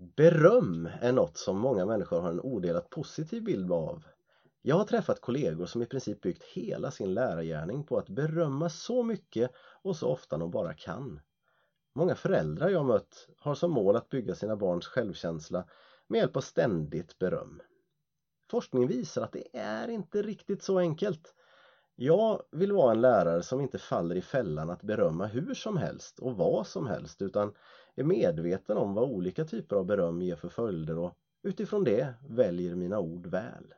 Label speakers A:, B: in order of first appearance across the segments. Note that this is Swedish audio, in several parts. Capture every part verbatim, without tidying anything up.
A: Beröm är något som många människor har en odelat positiv bild av. Jag har träffat kollegor som i princip byggt hela sin lärargärning på att berömma så mycket och så ofta de bara kan. Många föräldrar jag mött har som mål att bygga sina barns självkänsla med hjälp av ständigt beröm. Forskning visar att det är inte riktigt så enkelt. Jag vill vara en lärare som inte faller i fällan att berömma hur som helst och vad som helst, utan är medveten om vad olika typer av beröm ger för följder och utifrån det väljer mina ord väl.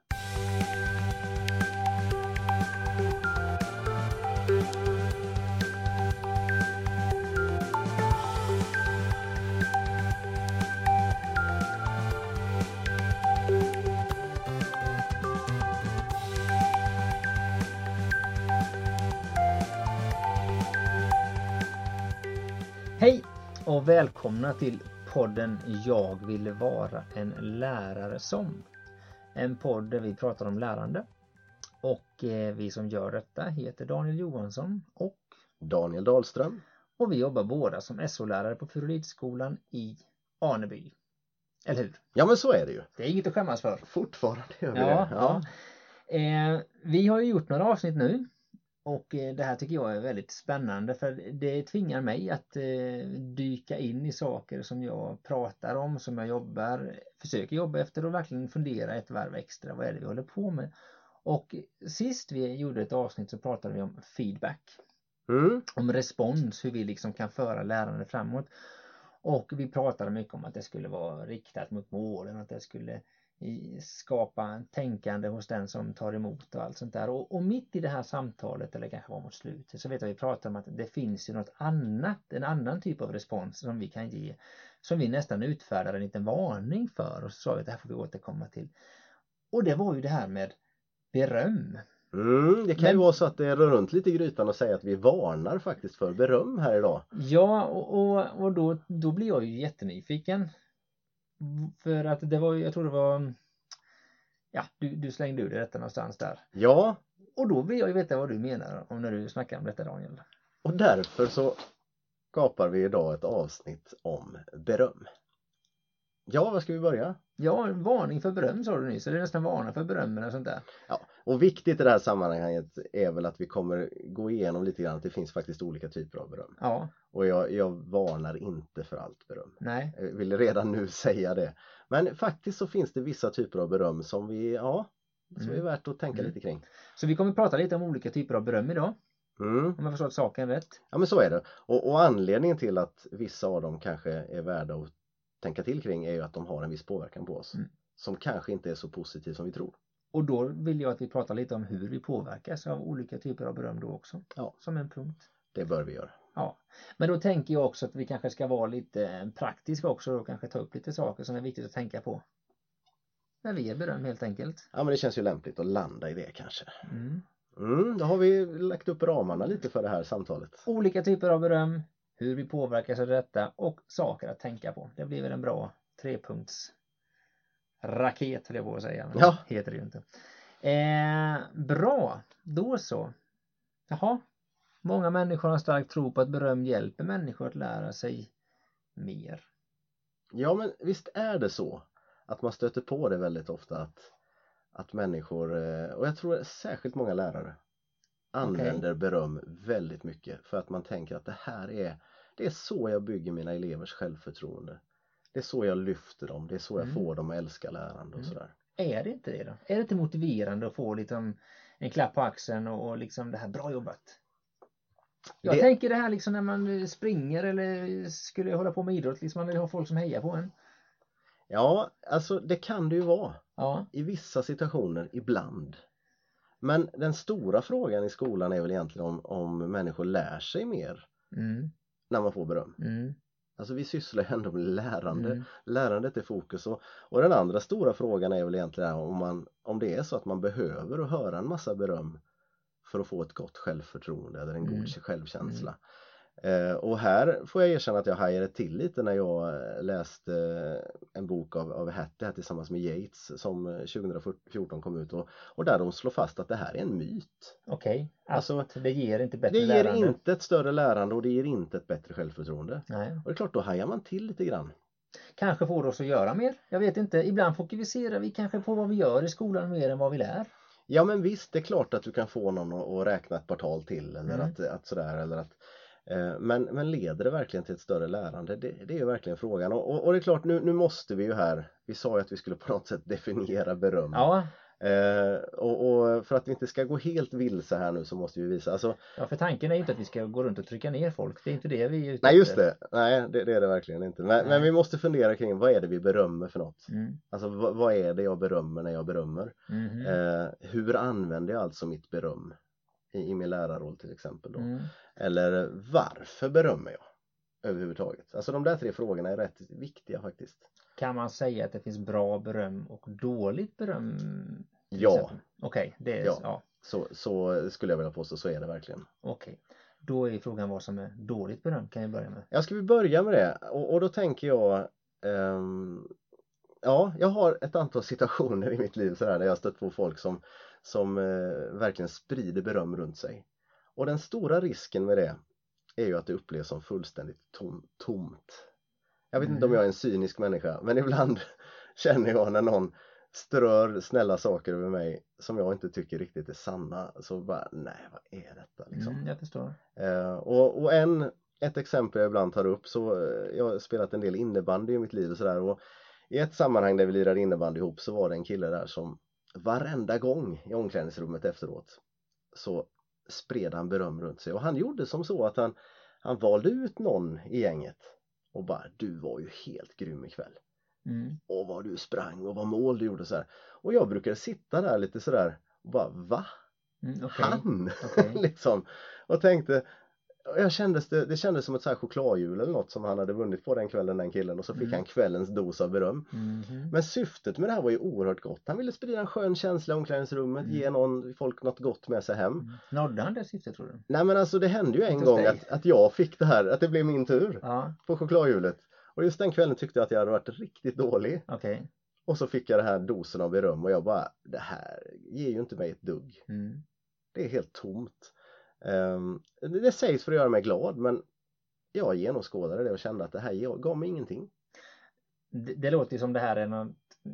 B: Hej och välkomna till podden Jag vill vara en lärare som. En podd där vi pratar om lärande. Och eh, vi som gör detta heter Daniel Johansson och
A: Daniel Dahlström.
B: Och vi jobbar båda som S O-lärare på Furulidskolan i Aneby. Eller hur?
A: Ja, men så är det ju.
B: Det är inget att skämmas för.
A: Fortfarande gör vi
B: Ja,
A: det.
B: ja. Ja. Eh, vi har ju gjort några avsnitt nu. Och eh, det här tycker jag är väldigt spännande, för det tvingar mig att eh, dyka in i saker som jag pratar om, som jag jobbar, försöker jobba efter och verkligen fundera ett varv extra. Vad är det vi håller på med? Och sist vi gjorde ett avsnitt så pratade vi om feedback.
A: Mm.
B: Om respons, hur vi liksom kan föra lärande framåt. Och vi pratade mycket om att det skulle vara riktat mot målen, att det skulle skapa tänkande hos den som tar emot och allt sånt där. Och, och mitt i det här samtalet, eller kanske var mot slutet, så vet jag vi pratar om att det finns ju något annat, en annan typ av respons som vi kan ge, som vi nästan utfärdar en liten varning för, och så sa vi att det här får vi återkomma till. Och det var ju det här med beröm.
A: Mm, det kan
B: Men,
A: ju vara så att det rör runt lite i grytan och säga att vi varnar faktiskt för beröm här idag.
B: Ja, och, och, och då, då blir jag ju jättenyfiken. För att det var, jag tror det var, ja, du, du slängde ur det detta någonstans där.
A: Ja.
B: Och då vill jag ju veta vad du menar om när du snackar om detta, Daniel.
A: Och därför så skapar vi idag ett avsnitt om beröm. Ja, vad ska vi börja?
B: Ja, varning för beröm sa du nyss. Så det är nästan varna för beröm och sånt där.
A: Ja, och viktigt i det här sammanhanget är väl att vi kommer gå igenom lite grann att det finns faktiskt olika typer av beröm.
B: Ja.
A: Och jag, jag varnar inte för allt beröm.
B: Nej.
A: Jag vill redan nu säga det. Men faktiskt så finns det vissa typer av beröm som vi, ja, som mm. är värt att tänka mm. lite kring.
B: Så vi kommer prata lite om olika typer av beröm idag.
A: Mm.
B: Om jag förstått saken rätt.
A: Ja, men så är det. Och, och anledningen till att vissa av dem kanske är värda att tänka till kring är ju att de har en viss påverkan på oss. Mm. Som kanske inte är så positiv som vi tror.
B: Och då vill jag att vi pratar lite om hur vi påverkas av olika typer av beröm då också.
A: Ja.
B: Som en punkt.
A: Det bör vi göra.
B: Ja. Men då tänker jag också att vi kanske ska vara lite praktiska också och kanske ta upp lite saker som är viktigt att tänka på. När vi ger beröm helt enkelt.
A: Ja, men det känns ju lämpligt att landa i det kanske.
B: Mm.
A: Mm, då har vi lagt upp ramarna lite för det här samtalet.
B: Olika typer av beröm, hur vi påverkas av detta och saker att tänka på. Det blir väl en bra trepunkts raket, vill jag våga säga. Men
A: ja.
B: Heter det ju inte. Eh, bra, då så. Jaha. Många människor har starkt tro på att beröm hjälper människor att lära sig mer.
A: Ja, men visst är det så att man stöter på det väldigt ofta att, att människor, och jag tror särskilt många lärare, använder okay. beröm väldigt mycket för att man tänker att det här är, det är så jag bygger mina elevers självförtroende. Det är så jag lyfter dem, det är så jag mm. får dem att älska lärande och
B: mm.
A: sådär.
B: Är det inte det då? Är det inte motiverande att få liksom en klapp på axeln och, och liksom det här bra jobbat? Jag det... tänker det här liksom när man springer eller skulle hålla på med idrott, liksom man vill ha folk som hejar på en.
A: Ja, alltså det kan det ju vara.
B: Ja.
A: I vissa situationer, ibland. Men den stora frågan i skolan är väl egentligen om, om människor lär sig mer
B: mm.
A: när man får beröm.
B: Mm.
A: Alltså vi sysslar ändå med lärande.
B: Mm.
A: Lärandet är fokus. Och, och den andra stora frågan är väl egentligen om, man, om det är så att man behöver att höra en massa beröm för att få ett gott självförtroende eller en
B: mm.
A: god självkänsla. Mm. Eh, och här får jag erkänna att jag hajade till lite när jag läste en bok av, av Hattie här tillsammans med Yates som tjugohundrafjorton kom ut och, och där de slår fast att det här är en myt.
B: Okej, okay. alltså,
A: alltså
B: det ger inte bättre
A: det
B: lärande.
A: ger inte ett större lärande och det ger inte ett bättre självförtroende.
B: Nej.
A: Och det är klart, då hajar man till lite grann.
B: kanske får oss att göra mer. Jag vet inte, ibland fokuserar vi kanske på vad vi gör i skolan mer än vad vi lär.
A: Ja, men visst, det är klart att du kan få någon att, att räkna ett par tal till eller
B: Mm.
A: att, att sådär eller att eh, men, men leder det verkligen till ett större lärande? Det, det är ju verkligen frågan. Och, och, och det är klart, nu, nu måste vi ju här, vi sa ju att vi skulle på något sätt definiera beröm.
B: Ja,
A: Eh, och, och för att vi inte ska gå helt vilse här nu så måste vi visa. Alltså,
B: ja, för tanken är ju inte att vi ska gå runt och trycka ner folk. Det är inte det vi är ute
A: nej, just
B: efter.
A: det. Nej, det, det är det verkligen inte. Men, men vi måste fundera kring vad är det vi berömmer för något?
B: Mm.
A: Alltså vad, vad är det jag berömmer när jag berömmer?
B: Mhm.
A: Eh, hur använder jag alltså mitt beröm i, i min lärarroll till exempel då?
B: Mm.
A: Eller varför berömmer jag överhuvudtaget? Alltså de där tre frågorna är rätt viktiga faktiskt.
B: Kan man säga att det finns bra beröm och dåligt beröm? till
A: Ja.
B: exempel? Okej, det är
A: Ja.
B: ja.
A: Så, så skulle jag vilja påstå, så är det verkligen.
B: Okej. Då är frågan vad som är dåligt beröm, kan jag börja med.
A: Ja, ska vi börja med det? Och, och då tänker jag ehm, ja, jag har ett antal situationer i mitt liv så här, där jag har stött på folk som, som eh, verkligen sprider beröm runt sig. Och den stora risken med det är ju att det upplevs som fullständigt tom, tomt. Jag vet
B: Mm.
A: inte om jag är en cynisk människa, men ibland känner jag när någon strör snälla saker över mig som jag inte tycker riktigt är sanna, så bara, nej, vad är detta liksom?
B: Mm, jag förstår.
A: Eh, och, och en, ett exempel jag ibland tar upp, så eh, jag har spelat en del innebandy i mitt liv och sådär, och i ett sammanhang där vi lirade innebandy ihop så var det en kille där som varenda gång i omklädningsrummet efteråt så spred han beröm runt sig, och han gjorde som så att han, han valde ut någon i gänget och bara, du var ju helt grym ikväll.
B: Mm.
A: Och vad du sprang och vad mål du gjorde så här. Och jag brukade sitta där lite sådär och bara, va?
B: Mm, okej.
A: Han?
B: Okej.
A: liksom. Och tänkte, och jag kändes det, det kändes som ett så här chokladhjul eller något som han hade vunnit på den kvällen, den killen, och så fick
B: Mm.
A: han kvällens dos av beröm.
B: Mhm.
A: Men syftet med det här var ju oerhört gott. Han ville sprida en skön känsla i omklädningsrummet,
B: Mm.
A: ge någon, folk något gott med sig hem.
B: Mm. Nådde han det syftet, tror du?
A: Nej, men alltså det hände ju en
B: Inte
A: gång
B: hos dig.
A: att, att jag fick det här, att det blev min tur
B: Ja,
A: på chokladhjulet. Och just den kvällen tyckte jag att jag hade varit riktigt dålig.
B: okej.
A: Och så fick jag den här dosen av beröm och jag bara, det här ger ju inte mig ett dugg.
B: Mm.
A: Det är helt tomt. Um, det, det sägs för att göra mig glad, men jag genomskådade det och kände att det här gav mig ingenting.
B: Det, det låter ju som det här är något,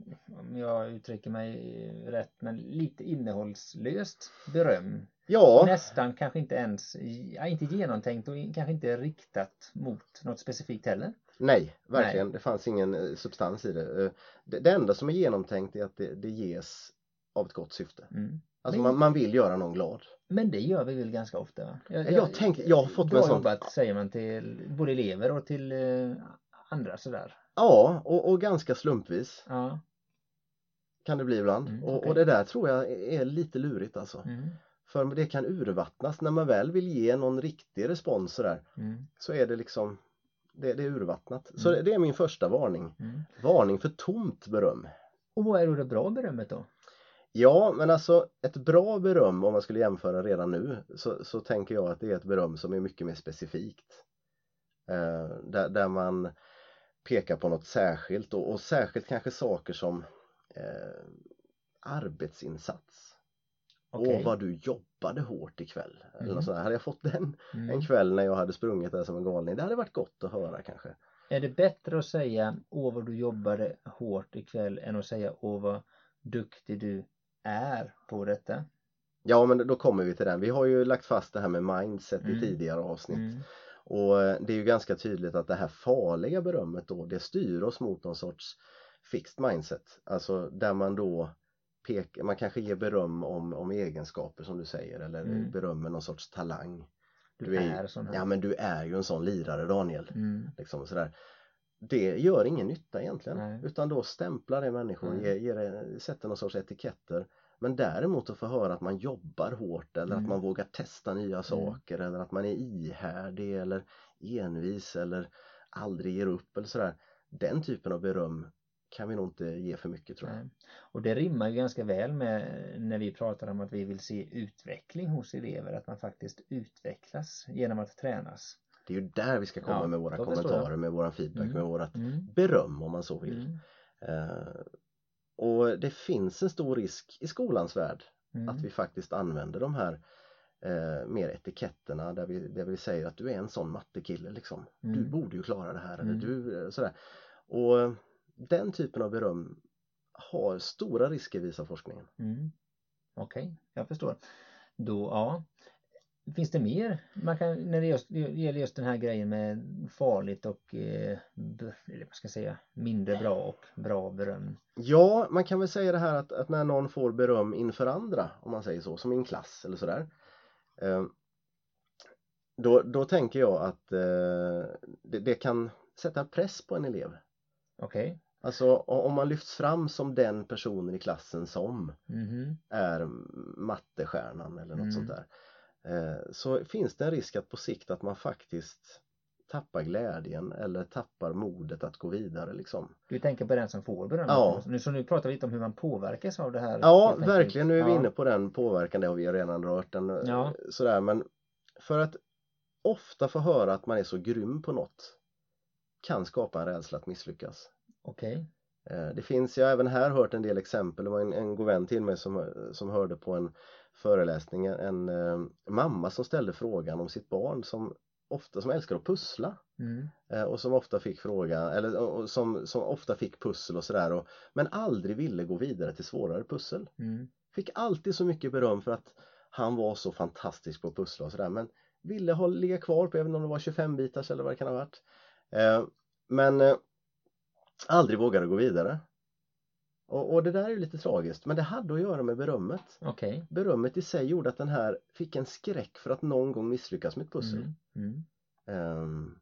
B: om jag uttrycker mig rätt, men lite innehållslöst beröm.
A: Ja,
B: Nästan kanske inte ens, ja, inte genomtänkt och kanske inte riktat mot något specifikt heller.
A: nej, verkligen. Nej. Det fanns ingen eh, substans i det. Eh, det. Det enda som är genomtänkt är att det, det ges av ett gott syfte.
B: Mm.
A: Alltså
B: men,
A: man, man vill göra någon glad.
B: Men det gör vi väl ganska ofta, va? Jag,
A: jag, jag, tänk, jag har fått
B: bra
A: med sånt.
B: jobbat, säger man till både elever och till eh, andra sådär.
A: Ja, och, och ganska slumpvis.
B: Ja.
A: Kan det bli ibland.
B: Mm,
A: och,
B: okay.
A: och det där tror jag är lite lurigt alltså.
B: Mm.
A: För det kan urvattnas när man väl vill ge någon riktig respons så där.
B: Mm.
A: Så är det liksom, det, det är urvattnat. Så
B: Mm.
A: det, det är min första varning.
B: Mm.
A: Varning för tomt beröm.
B: Och vad är då det bra berömmet då?
A: Ja, men alltså ett bra beröm, om man skulle jämföra redan nu, så, så tänker jag att det är ett beröm som är mycket mer specifikt. Eh, där, där man pekar på något särskilt och, och särskilt kanske saker som eh, arbetsinsats.
B: Okay.
A: Och vad du jobbade hårt ikväll.
B: Mm.
A: Eller något sånt där. Hade jag fått den
B: Mm.
A: en kväll när jag hade sprungit där som en galning, det hade varit gott att höra kanske.
B: Är det bättre att säga åh vad du jobbade hårt ikväll än att säga åh vad duktig du är på detta?
A: Ja, men då kommer vi till den. Vi har ju lagt fast det här med mindset
B: Mm.
A: i tidigare avsnitt.
B: Mm.
A: Och det är ju ganska tydligt att det här farliga berömmet då, det styr oss mot någon sorts fixed mindset. Alltså där man då pekar, man kanske ger beröm om, om egenskaper som du säger, eller
B: Mm.
A: beröm med någon sorts talang.
B: Du,
A: Du är,
B: är
A: ju,
B: sån här.
A: ja men du är ju en sån lirare, Daniel.
B: Mm.
A: Liksom sådär. Det gör ingen nytta egentligen.
B: Nej.
A: Utan då stämplar det människor,
B: Nej.
A: ger, ger, sätter någon sorts etiketter. Men däremot att få höra att man jobbar hårt, eller
B: Mm.
A: att man vågar testa nya saker, eller att man är ihärdig eller envis eller aldrig ger upp eller sådär. Den typen av beröm kan vi nog inte ge för mycket, tror jag.
B: Nej. Och det rimmar ju ganska väl med när vi pratar om att vi vill se utveckling hos elever, att man faktiskt utvecklas genom att tränas.
A: Det är ju där vi ska komma
B: Ja,
A: med våra
B: då förstår
A: kommentarer,
B: jag.
A: med våran feedback,
B: Mm.
A: med vårat
B: Mm.
A: beröm om man så vill.
B: Mm.
A: Eh, och det finns en stor risk i skolans värld
B: Mm.
A: att vi faktiskt använder de här eh, mer etiketterna där vi, där vi säger att du är en sån mattekille liksom.
B: Mm.
A: Du borde ju klara det här, eller
B: Mm.
A: du, sådär. Och den typen av beröm har stora risker, visar forskningen.
B: Mm. Okej, okay, jag förstår. Då, ja. Finns det mer man kan, när det just, gäller just den här grejen med farligt och eh, vad ska jag säga, mindre bra och bra beröm?
A: Ja, man kan väl säga det här att, att när någon får beröm inför andra, om man säger så, som i en klass eller sådär, eh, då, då tänker jag att eh, det, det kan sätta press på en elev.
B: Okej. Okay.
A: Alltså om man lyfts fram som den personen i klassen som
B: mm-hmm.
A: är mattestjärnan eller något
B: mm.
A: sånt där, eh, så finns det en risk att på sikt att man faktiskt tappar glädjen eller tappar modet att gå vidare liksom.
B: Du tänker på den som får beröm?
A: Ja.
B: Nu, så nu pratar vi lite om hur man påverkas av det här.
A: Ja, verkligen. Nu är vi
B: ja.
A: inne på den påverkan, det har vi redan rört den,
B: ja.
A: sådär. Men för att ofta få höra att man är så grym på något kan skapa en rädsla att misslyckas.
B: Okej.
A: Okay. Det finns, jag har även här hört en del exempel. Det var en, en god vän till mig som, som hörde på en föreläsning en, en mamma som ställde frågan om sitt barn som ofta som älskar att pussla
B: mm.
A: och som ofta fick fråga eller och som, som ofta fick pussel och sådär och, men aldrig ville gå vidare till svårare pussel.
B: Mm.
A: Fick alltid så mycket beröm för att han var så fantastisk på att pussla och sådär, men ville ha ligga kvar på, även om det var tjugofem bitars eller vad det kan ha varit. Eh, men eh, aldrig vågade gå vidare. Och, och det där är ju lite tragiskt, men det hade att göra med berömmet.
B: Okay.
A: Berömmet i sig gjorde att den här fick en skräck för att någon gång misslyckas med ett pussel.
B: Mm. Mm.
A: Um,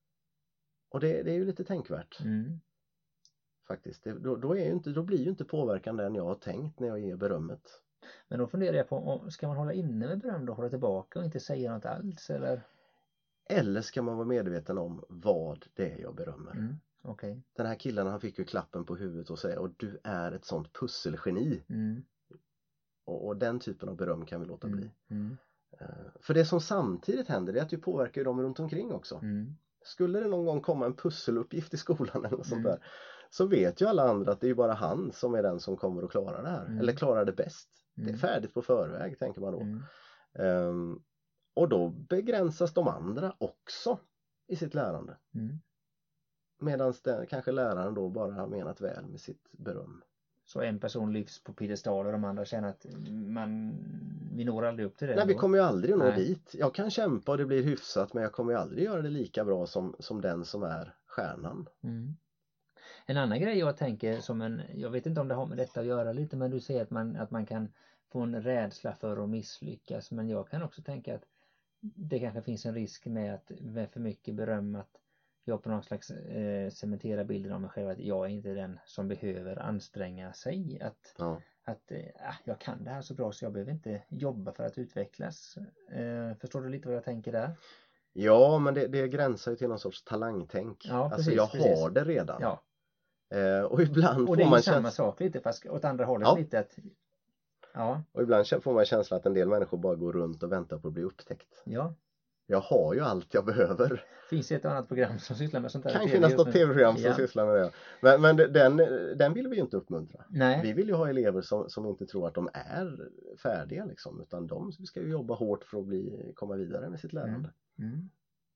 A: och det, det är ju lite tänkvärt.
B: Mm.
A: Faktiskt. Det, då, då, är ju inte, då blir ju inte påverkan den jag har tänkt när jag ger berömmet.
B: Men då funderar jag på, ska man hålla inne med beröm då, hålla tillbaka och inte säga något alls? Eller,
A: eller ska man vara medveten om vad det är jag berömmer?
B: Mm. Okay.
A: Den här killen, han fick ju klappen på huvudet och säga, och du är ett sånt pusselgeni.
B: Mm.
A: Och, och den typen av beröm kan vi låta bli.
B: Mm. Mm.
A: Uh, för det som samtidigt händer är att du påverkar dem runt omkring också.
B: Mm.
A: Skulle det någon gång komma en pusseluppgift i skolan eller något
B: mm.
A: sånt där, så vet ju alla andra att det är bara han som är den som kommer att klara det här.
B: Mm.
A: Eller klarar det bäst.
B: Mm.
A: Det är färdigt på förväg, tänker man då.
B: Mm.
A: Um, och då begränsas de andra också i sitt lärande.
B: Mm.
A: Medan kanske läraren då bara har menat väl med sitt beröm.
B: Så en person lyfts på piedestal och de andra känner att man, vi når aldrig upp till det.
A: Nej,
B: då.
A: vi kommer ju aldrig att nå
B: Nej.
A: dit. Jag kan kämpa och det blir hyfsat, men jag kommer ju aldrig göra det lika bra som, som den som är stjärnan.
B: Mm. En annan grej jag tänker som en, jag vet inte om det har med detta att göra lite, men du säger att man, att man kan få en rädsla för att misslyckas. Men jag kan också tänka att det kanske finns en risk med att med för mycket beröm att jag på någon slags eh, cementera bilden av mig själv att jag är inte den som behöver anstränga sig. Att,
A: Ja.
B: att eh, jag kan det här så bra så jag behöver inte jobba för att utvecklas. Eh, förstår du lite vad jag tänker där?
A: Ja, men det, det gränsar ju till någon sorts talangtänk.
B: Ja,
A: alltså
B: precis,
A: jag
B: precis.
A: har det redan.
B: Ja.
A: Eh, och ibland
B: Och det
A: får
B: är
A: man
B: ju samma
A: käns-
B: sak lite fast åt andra hållet
A: Ja.
B: lite att ja.
A: Och ibland får man känslan att en del människor bara går runt och väntar på att bli upptäckt.
B: Ja.
A: Jag har ju allt jag behöver.
B: Finns ett annat program som sysslar med sånt här?
A: Kan finnas något tv-program som
B: ja.
A: sysslar med det. Men, men den, den vill vi ju inte uppmuntra.
B: Nej.
A: Vi vill ju ha elever som, som inte tror att de är färdiga liksom, utan de ska ju jobba hårt för att bli, komma vidare med sitt lärande.
B: Mm. Mm.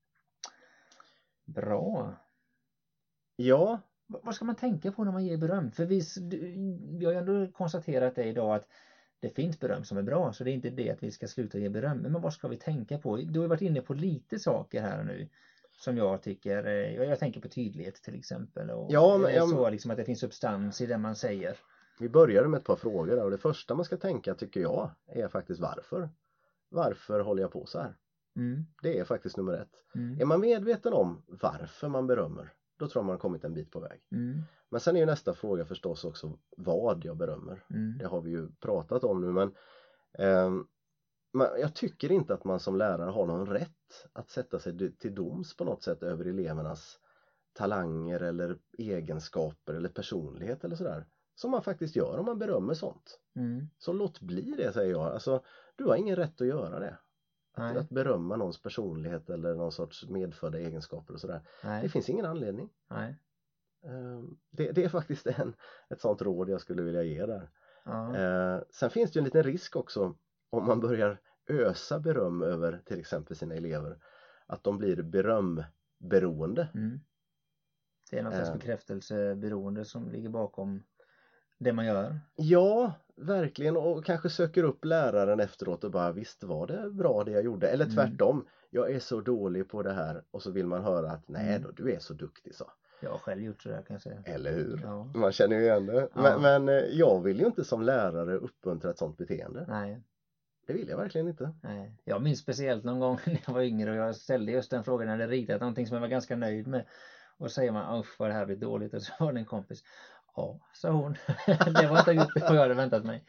B: Bra.
A: Ja.
B: Vad ska man tänka på när man ger beröm? För vi, vi har ju ändå konstaterat det idag att det finns beröm som är bra, så det är inte det att vi ska sluta ge beröm. Men vad ska vi tänka på? Du har varit inne på lite saker här nu som jag tycker, jag, jag tänker på tydlighet till exempel. Och
A: ja, men, ja,
B: så liksom att det finns substans i det man säger.
A: Vi började med ett par frågor där, och det första man ska tänka tycker jag är faktiskt varför. Varför håller jag på så här?
B: Mm.
A: Det är faktiskt nummer ett.
B: Mm.
A: Är man medveten om varför man berömmer, då tror man man har kommit en bit på väg.
B: Mm.
A: Men sen är ju nästa fråga förstås också vad jag berömmer.
B: Mm.
A: Det har vi ju pratat om nu, men eh, man, jag tycker inte att man som lärare har någon rätt att sätta sig till doms på något sätt över elevernas talanger eller egenskaper eller personlighet eller sådär. Som man faktiskt gör om man berömmer sånt.
B: Mm.
A: Så låt bli det, säger jag. Alltså, du har ingen rätt att göra det. Att, att berömma någons personlighet eller någon sorts medfödda egenskaper och sådär.
B: Nej.
A: Det finns ingen anledning.
B: Nej.
A: Det, det är faktiskt en, ett sånt råd jag skulle vilja ge där.
B: Ja.
A: Eh, sen finns det ju en liten risk också om man börjar ösa beröm över till exempel sina elever. Att de blir berömberoende.
B: Mm. Det är något slags bekräftelseberoende som ligger bakom det man gör.
A: Ja, verkligen, och kanske söker upp läraren efteråt och bara, visst var det bra det jag gjorde, eller tvärtom, mm. jag är så dålig på det här, och så vill man höra att nej då, du är så duktig så.
B: Jag har själv gjort så där, kan jag säga.
A: Eller hur?
B: Ja.
A: Man känner ju igen det.
B: Ja.
A: Men, men jag vill ju inte som lärare uppmuntra ett sånt beteende.
B: Nej.
A: Det vill jag verkligen inte.
B: Nej. Jag minns speciellt någon gång när jag var yngre och jag ställde just den frågan när det ritat någonting som jag var ganska nöjd med. Och så säger man, usch vad det här blir dåligt. Och så var det en kompis. Ja, sa hon. Det var inte just vad jag hade väntat mig.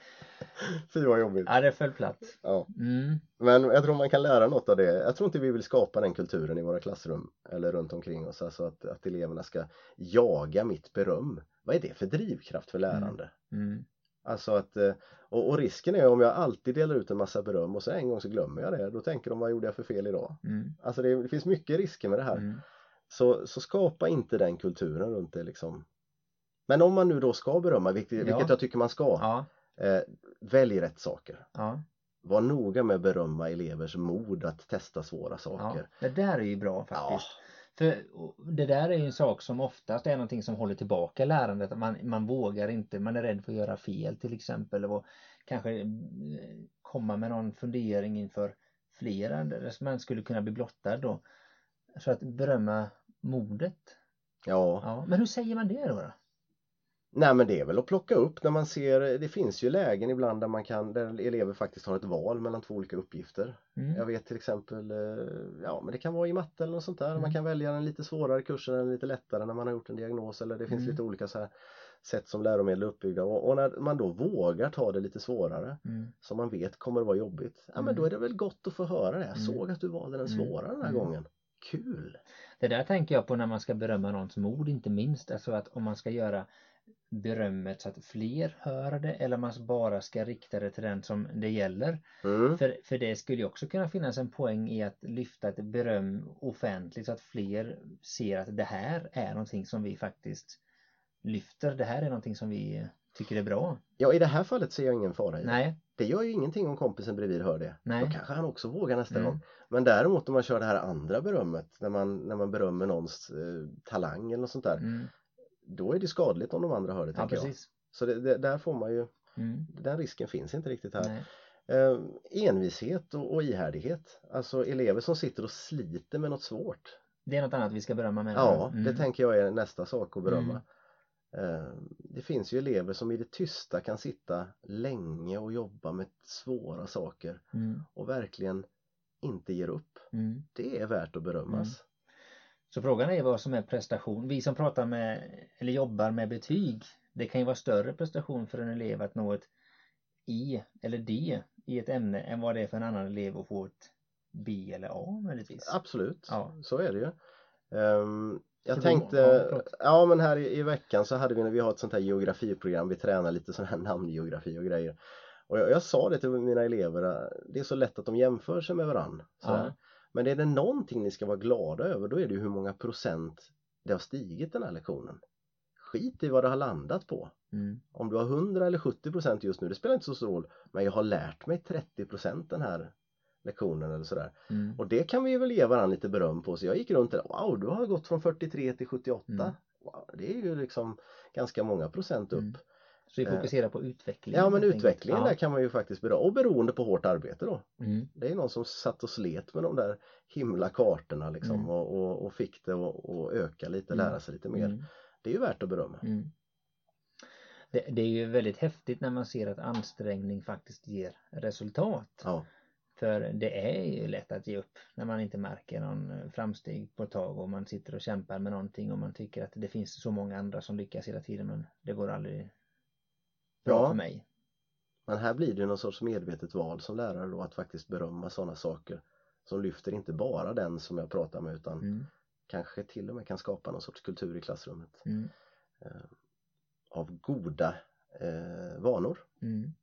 A: Fy vad jobbigt.
B: Ja, det föll platt.
A: Ja.
B: Mm.
A: Men jag tror man kan lära något av det. Jag tror inte vi vill skapa den kulturen i våra klassrum eller runt omkring oss. Alltså att, att eleverna ska jaga mitt beröm. Vad är det för drivkraft för lärande?
B: Mm. Mm.
A: Alltså att, och, och risken är om jag alltid delar ut en massa beröm och så en gång så glömmer jag det. Då tänker de, vad gjorde jag för fel idag?
B: Mm.
A: Alltså det, det finns mycket risker med det här.
B: Mm.
A: Så, så skapa inte den kulturen runt det liksom. Men om man nu då ska berömma, vilket,
B: Ja.
A: vilket jag tycker man ska,
B: Ja.
A: eh, välj rätt saker.
B: Ja.
A: Var noga med att berömma elevers mod att testa svåra saker.
B: Ja. Det där är ju bra faktiskt.
A: Ja.
B: För det där är ju en sak som oftast är någonting som håller tillbaka lärandet. Man, man vågar inte, man är rädd för att göra fel till exempel. Och kanske komma med någon fundering inför flera. Där man skulle kunna bli blottad då. Så att berömma modet.
A: Ja.
B: Ja. Men hur säger man det då? då?
A: Nej, men det är väl att plocka upp när man ser, det finns ju lägen ibland där man kan, där elever faktiskt har ett val mellan två olika uppgifter. Mm. Jag vet till exempel, ja men det kan vara i matte eller något sånt där, mm. man kan välja en lite svårare kurs eller en lite lättare när man har gjort en diagnos, eller det finns mm. lite olika så här sätt som läromedel är uppbyggda, och, och när man då vågar ta det lite svårare, mm. som man vet kommer att vara jobbigt, ja men då är det väl gott att få höra det. Jag
B: mm.
A: såg att du valde den svårare mm. den här gången. Kul!
B: Det där tänker jag på när man ska berömma någons mod, inte minst, alltså att om man ska göra berömmet så att fler hör det, eller man bara ska rikta det till den som det gäller. Mm. För, för det skulle ju också kunna finnas en poäng i att lyfta ett beröm offentligt så att fler ser att det här är någonting som vi faktiskt lyfter. Det här är någonting som vi tycker är bra.
A: Ja, i det här fallet ser jag ingen fara i.
B: Nej.
A: Det gör ju ingenting om kompisen bredvid hör det.
B: Nej.
A: Då kanske han också vågar nästa
B: mm.
A: gång. Men däremot om man kör det här andra berömmet, när man, när man berömmer någons eh, talang eller något sånt där, mm. då är det skadligt om de andra hör det, tänker
B: ja, precis.
A: jag. Så det, det, där får man ju, mm. den risken finns inte riktigt här. Eh, envishet och, och ihärdighet. Alltså elever som sitter och sliter med något svårt.
B: Det är något annat vi ska berömma med.
A: Ja, mm. det tänker jag är nästa sak att berömma. Mm. Eh, det finns ju elever som i det tysta kan sitta länge och jobba med svåra saker mm. och verkligen inte ger upp. Mm. Det är värt att berömmas. Mm.
B: Så frågan är vad som är prestation. Vi som pratar med eller jobbar med betyg, det kan ju vara större prestation för en elev att nå ett E eller D i ett ämne än vad det är för en annan elev att få ett B eller A möjligtvis.
A: Absolut,
B: ja. Så
A: är det ju. Um, jag så tänkte, ja, ja men här i, i veckan så hade vi, när vi har ett sånt här geografiprogram, vi tränar lite sån här namngeografi och grejer. Och jag, jag sa det till mina elever, det är så lätt att de jämför sig med varann. Ja. Men är det någonting ni ska vara glada över, då är det ju hur många procent det har stigit den här lektionen. Skit i vad det har landat på. Mm. Om du har hundra eller sjuttio procent just nu, det spelar inte så stor roll. Men jag har lärt mig trettio procent den här lektionen eller sådär. Mm. Och det kan vi väl ge varandra lite beröm på. Så jag gick runt och wow, du har gått från fyrtiotre till sjuttioåtta. Mm. Wow, det är ju liksom ganska många procent upp. Mm.
B: Så vi fokuserar på utvecklingen.
A: Ja, men utvecklingen ja. Där kan man ju faktiskt beröra. Och beroende på hårt arbete då. Mm. Det är någon som satt och slet med de där himla kartorna liksom. Mm. Och, och, och fick det att öka lite, mm. lära sig lite mer. Mm. Det är ju värt att berömma. Mm.
B: Det, det är ju väldigt häftigt när man ser att ansträngning faktiskt ger resultat. Ja. För det är ju lätt att ge upp när man inte märker någon framsteg på ett tag och man sitter och kämpar med någonting och man tycker att det finns så många andra som lyckas hela tiden, men det går aldrig bra ja. För mig.
A: Men här blir det någon sorts medvetet val som lärare då, att faktiskt berömma sådana saker som lyfter inte bara den som jag pratar med, utan mm. kanske till och med kan skapa någon sorts kultur i klassrummet. Mm. Eh, av goda eh, vanor. Mm.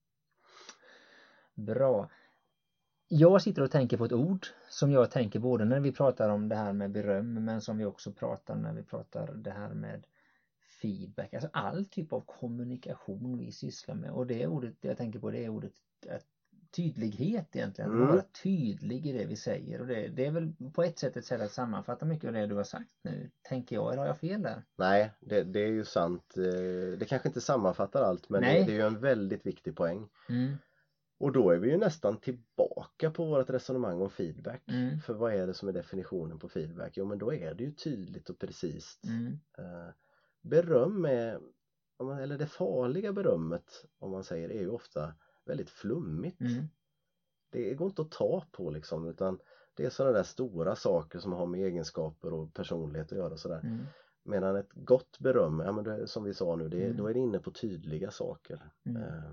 B: Bra. Jag sitter och tänker på ett ord som jag tänker både när vi pratar om det här med beröm, men som vi också pratar när vi pratar det här med feedback. Alltså all typ av kommunikation vi sysslar med. Och det ordet jag tänker på, det är ordet att tydlighet egentligen.
A: Mm.
B: Att vara tydlig i det vi säger. Och det, det är väl på ett sätt ett sätt att sammanfatta mycket av det du har sagt nu. Tänker jag, eller har jag fel där?
A: Nej, det, det är ju sant. Det kanske inte sammanfattar allt, men det, det är ju en väldigt viktig poäng.
B: Mm.
A: Och då är vi ju nästan tillbaka på vårt resonemang om feedback.
B: Mm.
A: För vad är det som är definitionen på feedback? Jo, men då är det ju tydligt och precis.
B: Mm.
A: Uh, beröm är, eller det farliga berömmet om man säger, är ju ofta väldigt flummigt.
B: Mm.
A: Det går inte att ta på liksom, utan det är sådana där stora saker som har med egenskaper och personlighet att göra sådär.
B: Mm.
A: Medan ett gott beröm, ja men det, som vi sa nu, det,
B: Mm.
A: då är det inne på tydliga saker.
B: Mm.
A: Uh,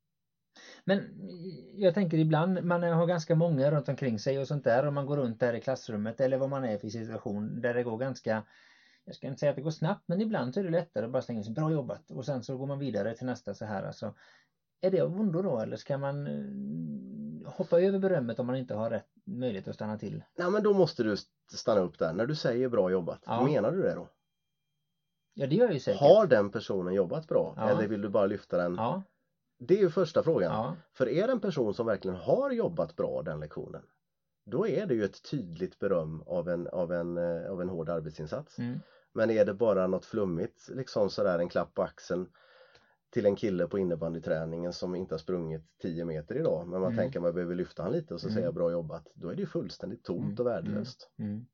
B: Men jag tänker ibland, man har ganska många runt omkring sig och sånt där, och man går runt där i klassrummet eller vad man är för situation där det går ganska, jag ska inte säga att det går snabbt, men ibland så är det lättare att bara slänga sig, bra jobbat, och sen så går man vidare till nästa så här. Alltså, är det av ondo då, eller ska man hoppa över berömmet om man inte har rätt möjlighet att stanna till?
A: Ja, men då måste du stanna upp där. När du säger bra jobbat,
B: Ja.
A: menar du det då?
B: Ja, det gör jag ju säkert.
A: Har den personen jobbat bra?
B: Ja.
A: Eller vill du bara lyfta den?
B: Ja.
A: Det är ju första frågan.
B: Ja.
A: För är det en person som verkligen har jobbat bra den lektionen, då är det ju ett tydligt beröm av en, av en, av en hård arbetsinsats.
B: Mm.
A: Men är det bara något flummigt, liksom sådär en klapp på axeln till en kille på innebandyträningen som inte har sprungit tio meter idag, men man
B: Mm.
A: tänker man behöver lyfta han lite och så
B: Mm.
A: säger jag bra jobbat, då är det ju fullständigt tomt
B: Mm.
A: och värdelöst.
B: Mm. Mm.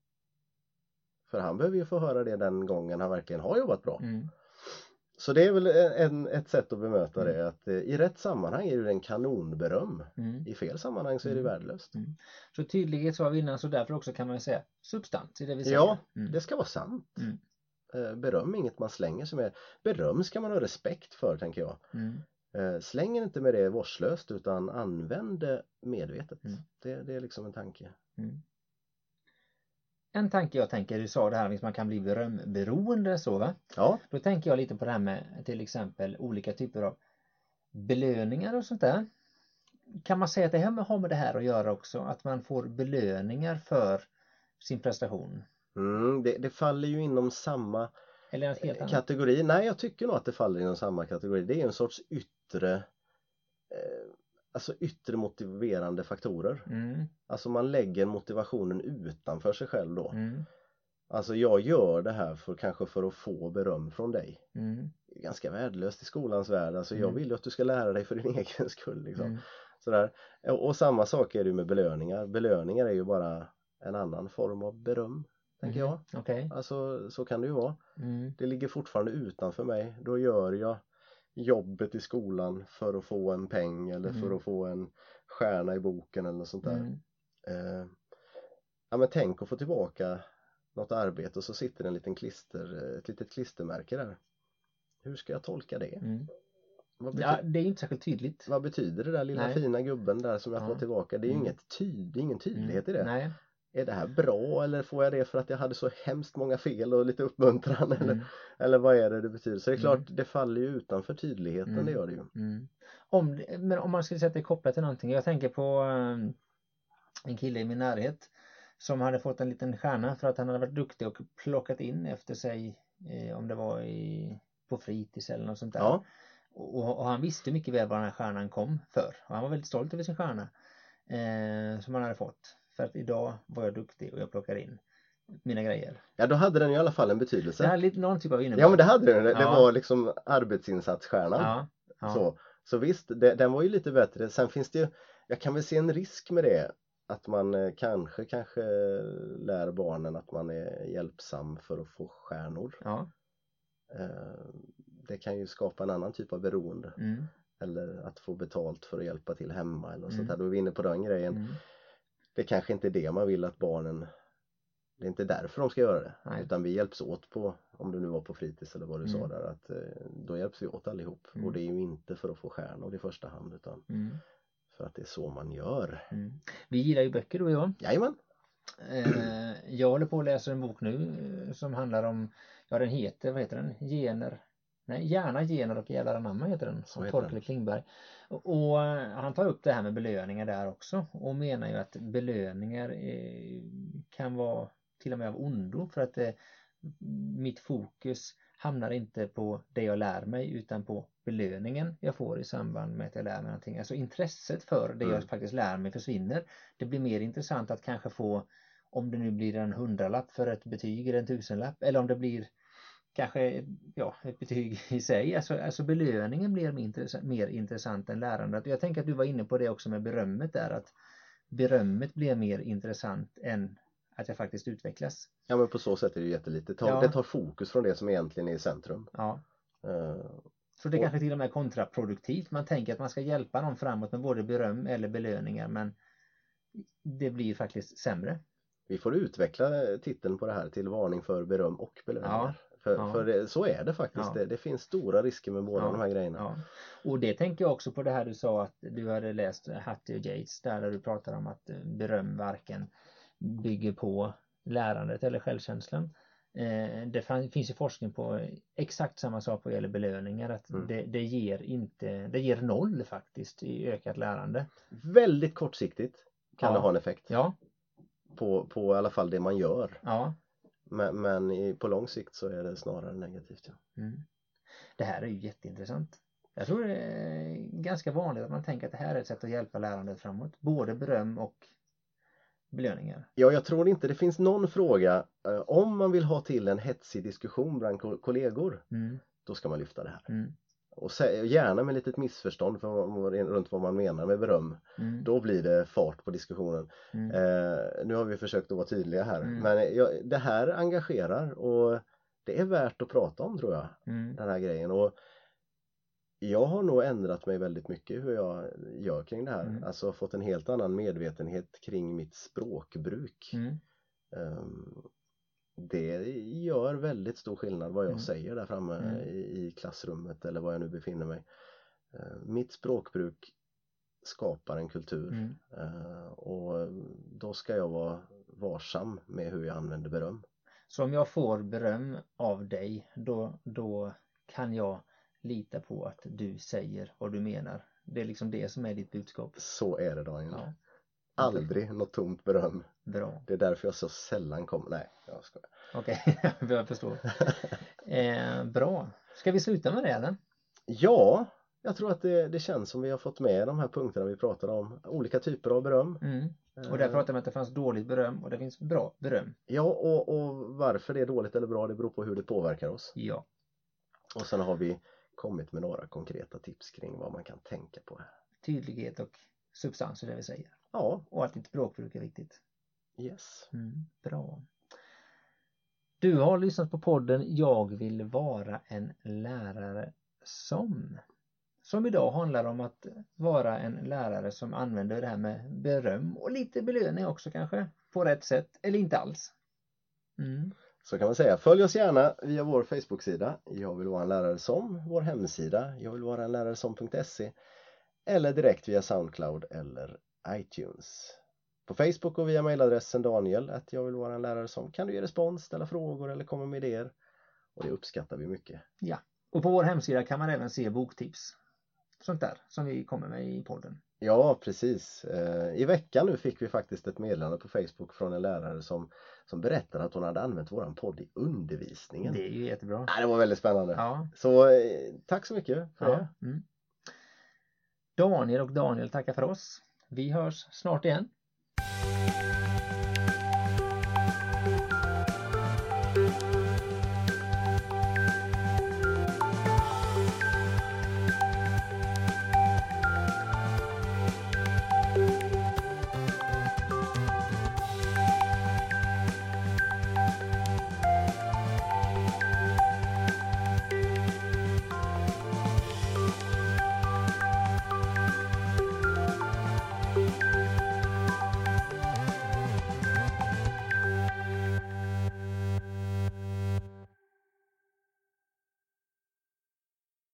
A: För han behöver ju få höra det den gången han verkligen har jobbat bra.
B: Mm.
A: Så det är väl en, ett sätt att bemöta
B: Mm.
A: det, att eh, i rätt sammanhang är det en kanonberöm.
B: Mm.
A: I fel sammanhang så är det
B: Mm.
A: värdelöst.
B: Mm. Så tydlighet sa vi innan, så därför också kan man säga substans i det vi säger.
A: Ja,
B: Mm.
A: det ska vara sant.
B: Mm.
A: Eh, beröm är inget man slänger sig med. Beröm ska man ha respekt för, tänker jag.
B: Mm.
A: Eh, släng inte med det vårdslöst, utan använd det medvetet.
B: Mm.
A: Det, det är liksom en tanke.
B: Mm. En tanke jag tänker, du sa det här att man kan bli berömberoende så, va?
A: Ja,
B: Då tänker jag lite på det här med till exempel olika typer av belöningar och sånt där. Kan man säga att det här har med det här att göra också? Att man får belöningar för sin prestation?
A: mm, det, det faller ju inom samma
B: Eller något helt annat?
A: kategori. Nej, jag tycker nog att det faller inom samma kategori. Det är en sorts yttre eh, alltså yttre motiverande faktorer.
B: Mm.
A: Alltså man lägger motivationen utanför sig själv då.
B: Mm.
A: Alltså jag gör det här för kanske för att få beröm från dig.
B: Mm.
A: Det är ganska värdelöst i skolans värld. Alltså jag
B: Mm.
A: vill ju att du ska lära dig för din egen skull liksom.
B: Mm.
A: Sådär. Och, och samma sak är det ju med belöningar. Belöningar är ju bara en annan form av beröm, tänker
B: Mm.
A: jag.
B: Okej.
A: Alltså så kan det ju vara.
B: Mm.
A: Det ligger fortfarande utanför mig. Då gör jag jobbet i skolan för att få en peng eller
B: Mm.
A: för att få en stjärna i boken eller något sånt där.
B: Mm.
A: Eh, ja, men tänk att få tillbaka något arbete och så sitter en liten klister, ett litet klistermärke där. Hur ska jag tolka det?
B: Mm.
A: Vad, bety-
B: Ja, det är ju inte särskilt tydligt.
A: vad betyder det där lilla
B: Nej.
A: fina gubben där som jag
B: Ja.
A: får tillbaka? Det är ju
B: Mm.
A: inget tyd, det är ingen tydlighet i det.
B: Nej.
A: Är det här bra eller får jag det för att jag hade så hemskt många fel och lite uppmuntran eller,
B: Mm.
A: eller vad är det det betyder? Så det är klart,
B: Mm.
A: det faller ju utanför tydligheten,
B: Mm.
A: det gör det ju.
B: Mm. Om, men om man skulle säga att det är kopplat till någonting. Jag tänker på um, en kille i min närhet som hade fått en liten stjärna för att han hade varit duktig och plockat in efter sig eh, om det var i, på fritids eller något sånt där.
A: Ja.
B: Och, och han visste mycket väl vad den här stjärnan kom för. Och han var väldigt stolt över sin stjärna eh, som han hade fått. För att idag var jag duktig och jag plockade in mina grejer.
A: Ja, då hade den i alla fall en betydelse.
B: Det hade lite någon typ av innebörd.
A: Ja, men det hade den. Det, det
B: Ja.
A: var liksom arbetsinsatsstjärnan.
B: Ja, ja.
A: Så, så visst, det, den var ju lite bättre. Sen finns det ju, jag kan väl se en risk med det. Att man eh, kanske, kanske lär barnen att man är hjälpsam för att få stjärnor.
B: Ja.
A: Eh, det kan ju skapa en annan typ av beroende.
B: Mm.
A: Eller att få betalt för att hjälpa till hemma eller
B: Mm.
A: sånt där. Då är vi inne på den grejen.
B: Mm.
A: Det kanske inte är det man vill att barnen, det är inte därför de ska göra det.
B: Nej.
A: Utan vi hjälps åt på, om du nu var på fritids eller vad du
B: Mm.
A: sa där, att eh, då hjälps vi åt allihop.
B: Mm.
A: Och det är ju inte för att få stjärnor i första hand, utan
B: Mm.
A: för att det är så man gör.
B: Mm. Vi gillar ju böcker du och jag.
A: Jajamän.
B: Eh, jag håller på att läsa en bok nu eh, som handlar om, ja den heter, vad heter den? Gener. Nej, Hjärna, gener och jävlar anamma heter den.
A: Så
B: Som
A: heter
B: Torkel Klingberg. Och, och eh, han tar upp det här med belöningar där också. Och menar ju att belöningar eh, kan vara till och med av ondo. För att eh, mitt fokus hamnar inte på det jag lär mig utan på belöningen jag får i samband med att jag lär mig någonting. Alltså intresset för det
A: Mm.
B: jag faktiskt lär mig försvinner. Det blir mer intressant att kanske få, om det nu blir en hundralapp för ett betyg eller en tusenlapp, eller om det blir kanske ja, ett betyg i sig. Alltså, alltså belöningen blir mer intressant, mer intressant än lärandet. Jag tänker att du var inne på det också med berömmet där, att berömmet blir mer intressant än att jag faktiskt utvecklas.
A: Ja, men på så sätt är det jättelite. Det tar,
B: Ja.
A: det tar fokus från det som egentligen är i centrum.
B: Ja.
A: Uh,
B: Så det är
A: och,
B: kanske till och med kontraproduktivt. Man tänker att man ska hjälpa någon framåt med både beröm eller belöningar, men det blir faktiskt sämre.
A: Vi får utveckla titeln på det här till varning för beröm och belöningar.
B: Ja.
A: För,
B: Ja.
A: för det, så är det faktiskt.
B: Ja.
A: Det, det finns stora risker med båda
B: Ja.
A: de här grejerna.
B: Ja. Och det tänker jag också på det här du sa att du hade läst Hattie och Yates där, där du pratar om att beröm varken bygger på lärandet eller självkänslan. Eh, det fann, finns ju forskning på exakt samma sak vad gäller belöningar, att
A: Mm.
B: det, det ger inte, det ger noll faktiskt i ökat lärande.
A: Väldigt kortsiktigt kan
B: Ja.
A: det ha en effekt.
B: Ja.
A: På, på i alla fall det man gör.
B: Ja.
A: Men, men i, på lång sikt så är det snarare negativt. Ja.
B: Mm. Det här är ju jätteintressant. Jag tror det är ganska vanligt att man tänker att det här är ett sätt att hjälpa lärandet framåt. Både beröm och belöningar.
A: Ja, jag tror inte det finns någon fråga. Eh, om man vill ha till en hetsig diskussion bland ko- kollegor,
B: Mm.
A: då ska man lyfta det här.
B: Mm.
A: Och sä- gärna med litet missförstånd för vad, vad, runt vad man menar med beröm.
B: Mm.
A: Då blir det fart på diskussionen.
B: Mm.
A: Eh, nu har vi försökt att vara tydliga här.
B: Mm.
A: Men jag, det här engagerar och det är värt att prata om, tror jag.
B: Mm.
A: Den här grejen. Och jag har nog ändrat mig väldigt mycket hur jag gör kring det här.
B: Mm.
A: Alltså fått en helt annan medvetenhet kring mitt språkbruk.
B: Mm.
A: Um, det gör väldigt stor skillnad vad jag
B: Mm.
A: säger där framme
B: Mm.
A: i, i klassrummet eller var jag nu befinner mig. Uh, mitt språkbruk skapar en kultur.
B: Mm.
A: Uh, och då ska jag vara varsam med hur jag använder beröm.
B: Så om jag får beröm av dig, då, då kan jag lita på att du säger vad du menar. Det är liksom det som är ditt budskap.
A: Så är det, Daniel.
B: Ja.
A: Aldrig något tomt beröm.
B: Bra.
A: Det är därför jag så sällan kommer. Nej, jag skojar.
B: Okej, okay. Jag förstår. Eh, bra. Ska vi sluta med det eller?
A: Ja, jag tror att det, det känns som vi har fått med de här punkterna vi pratade om. Olika typer av beröm.
B: Mm. Och där pratar man att det fanns dåligt beröm och det finns bra beröm.
A: Ja, och, och varför det är dåligt eller bra, det beror på hur det påverkar oss.
B: Ja.
A: Och sen har vi kommit med några konkreta tips kring vad man kan tänka på här.
B: Tydlighet och substans är det vi säger.
A: Ja.
B: Och att ditt språkbruk är viktigt.
A: Yes.
B: Mm, bra. Du har lyssnat på podden Jag vill vara en lärare som. Som idag handlar om att vara en lärare som använder det här med beröm och lite belöning också kanske. På rätt sätt eller inte alls. Mm.
A: Så kan man säga. Följ oss gärna via vår Facebook-sida. Jag vill vara en lärare som. Vår hemsida. Jag vill vara en lärare som.se. Eller direkt via Soundcloud eller iTunes. På Facebook och via mailadressen Daniel att jag vill vara en lärare som kan du ge respons, ställa frågor eller komma med idéer. Och det uppskattar vi mycket.
B: Ja, och på vår hemsida kan man även se boktips. Sånt där som vi kommer med i podden.
A: Ja, precis. I veckan nu fick vi faktiskt ett meddelande på Facebook från en lärare som, som berättade att hon hade använt våran podd i undervisningen.
B: Det är ju jättebra.
A: Ja, det var väldigt spännande.
B: Ja.
A: Så tack så mycket för
B: Ja.
A: det.
B: Mm. Daniel och Daniel tackar för oss. Vi hörs snart igen.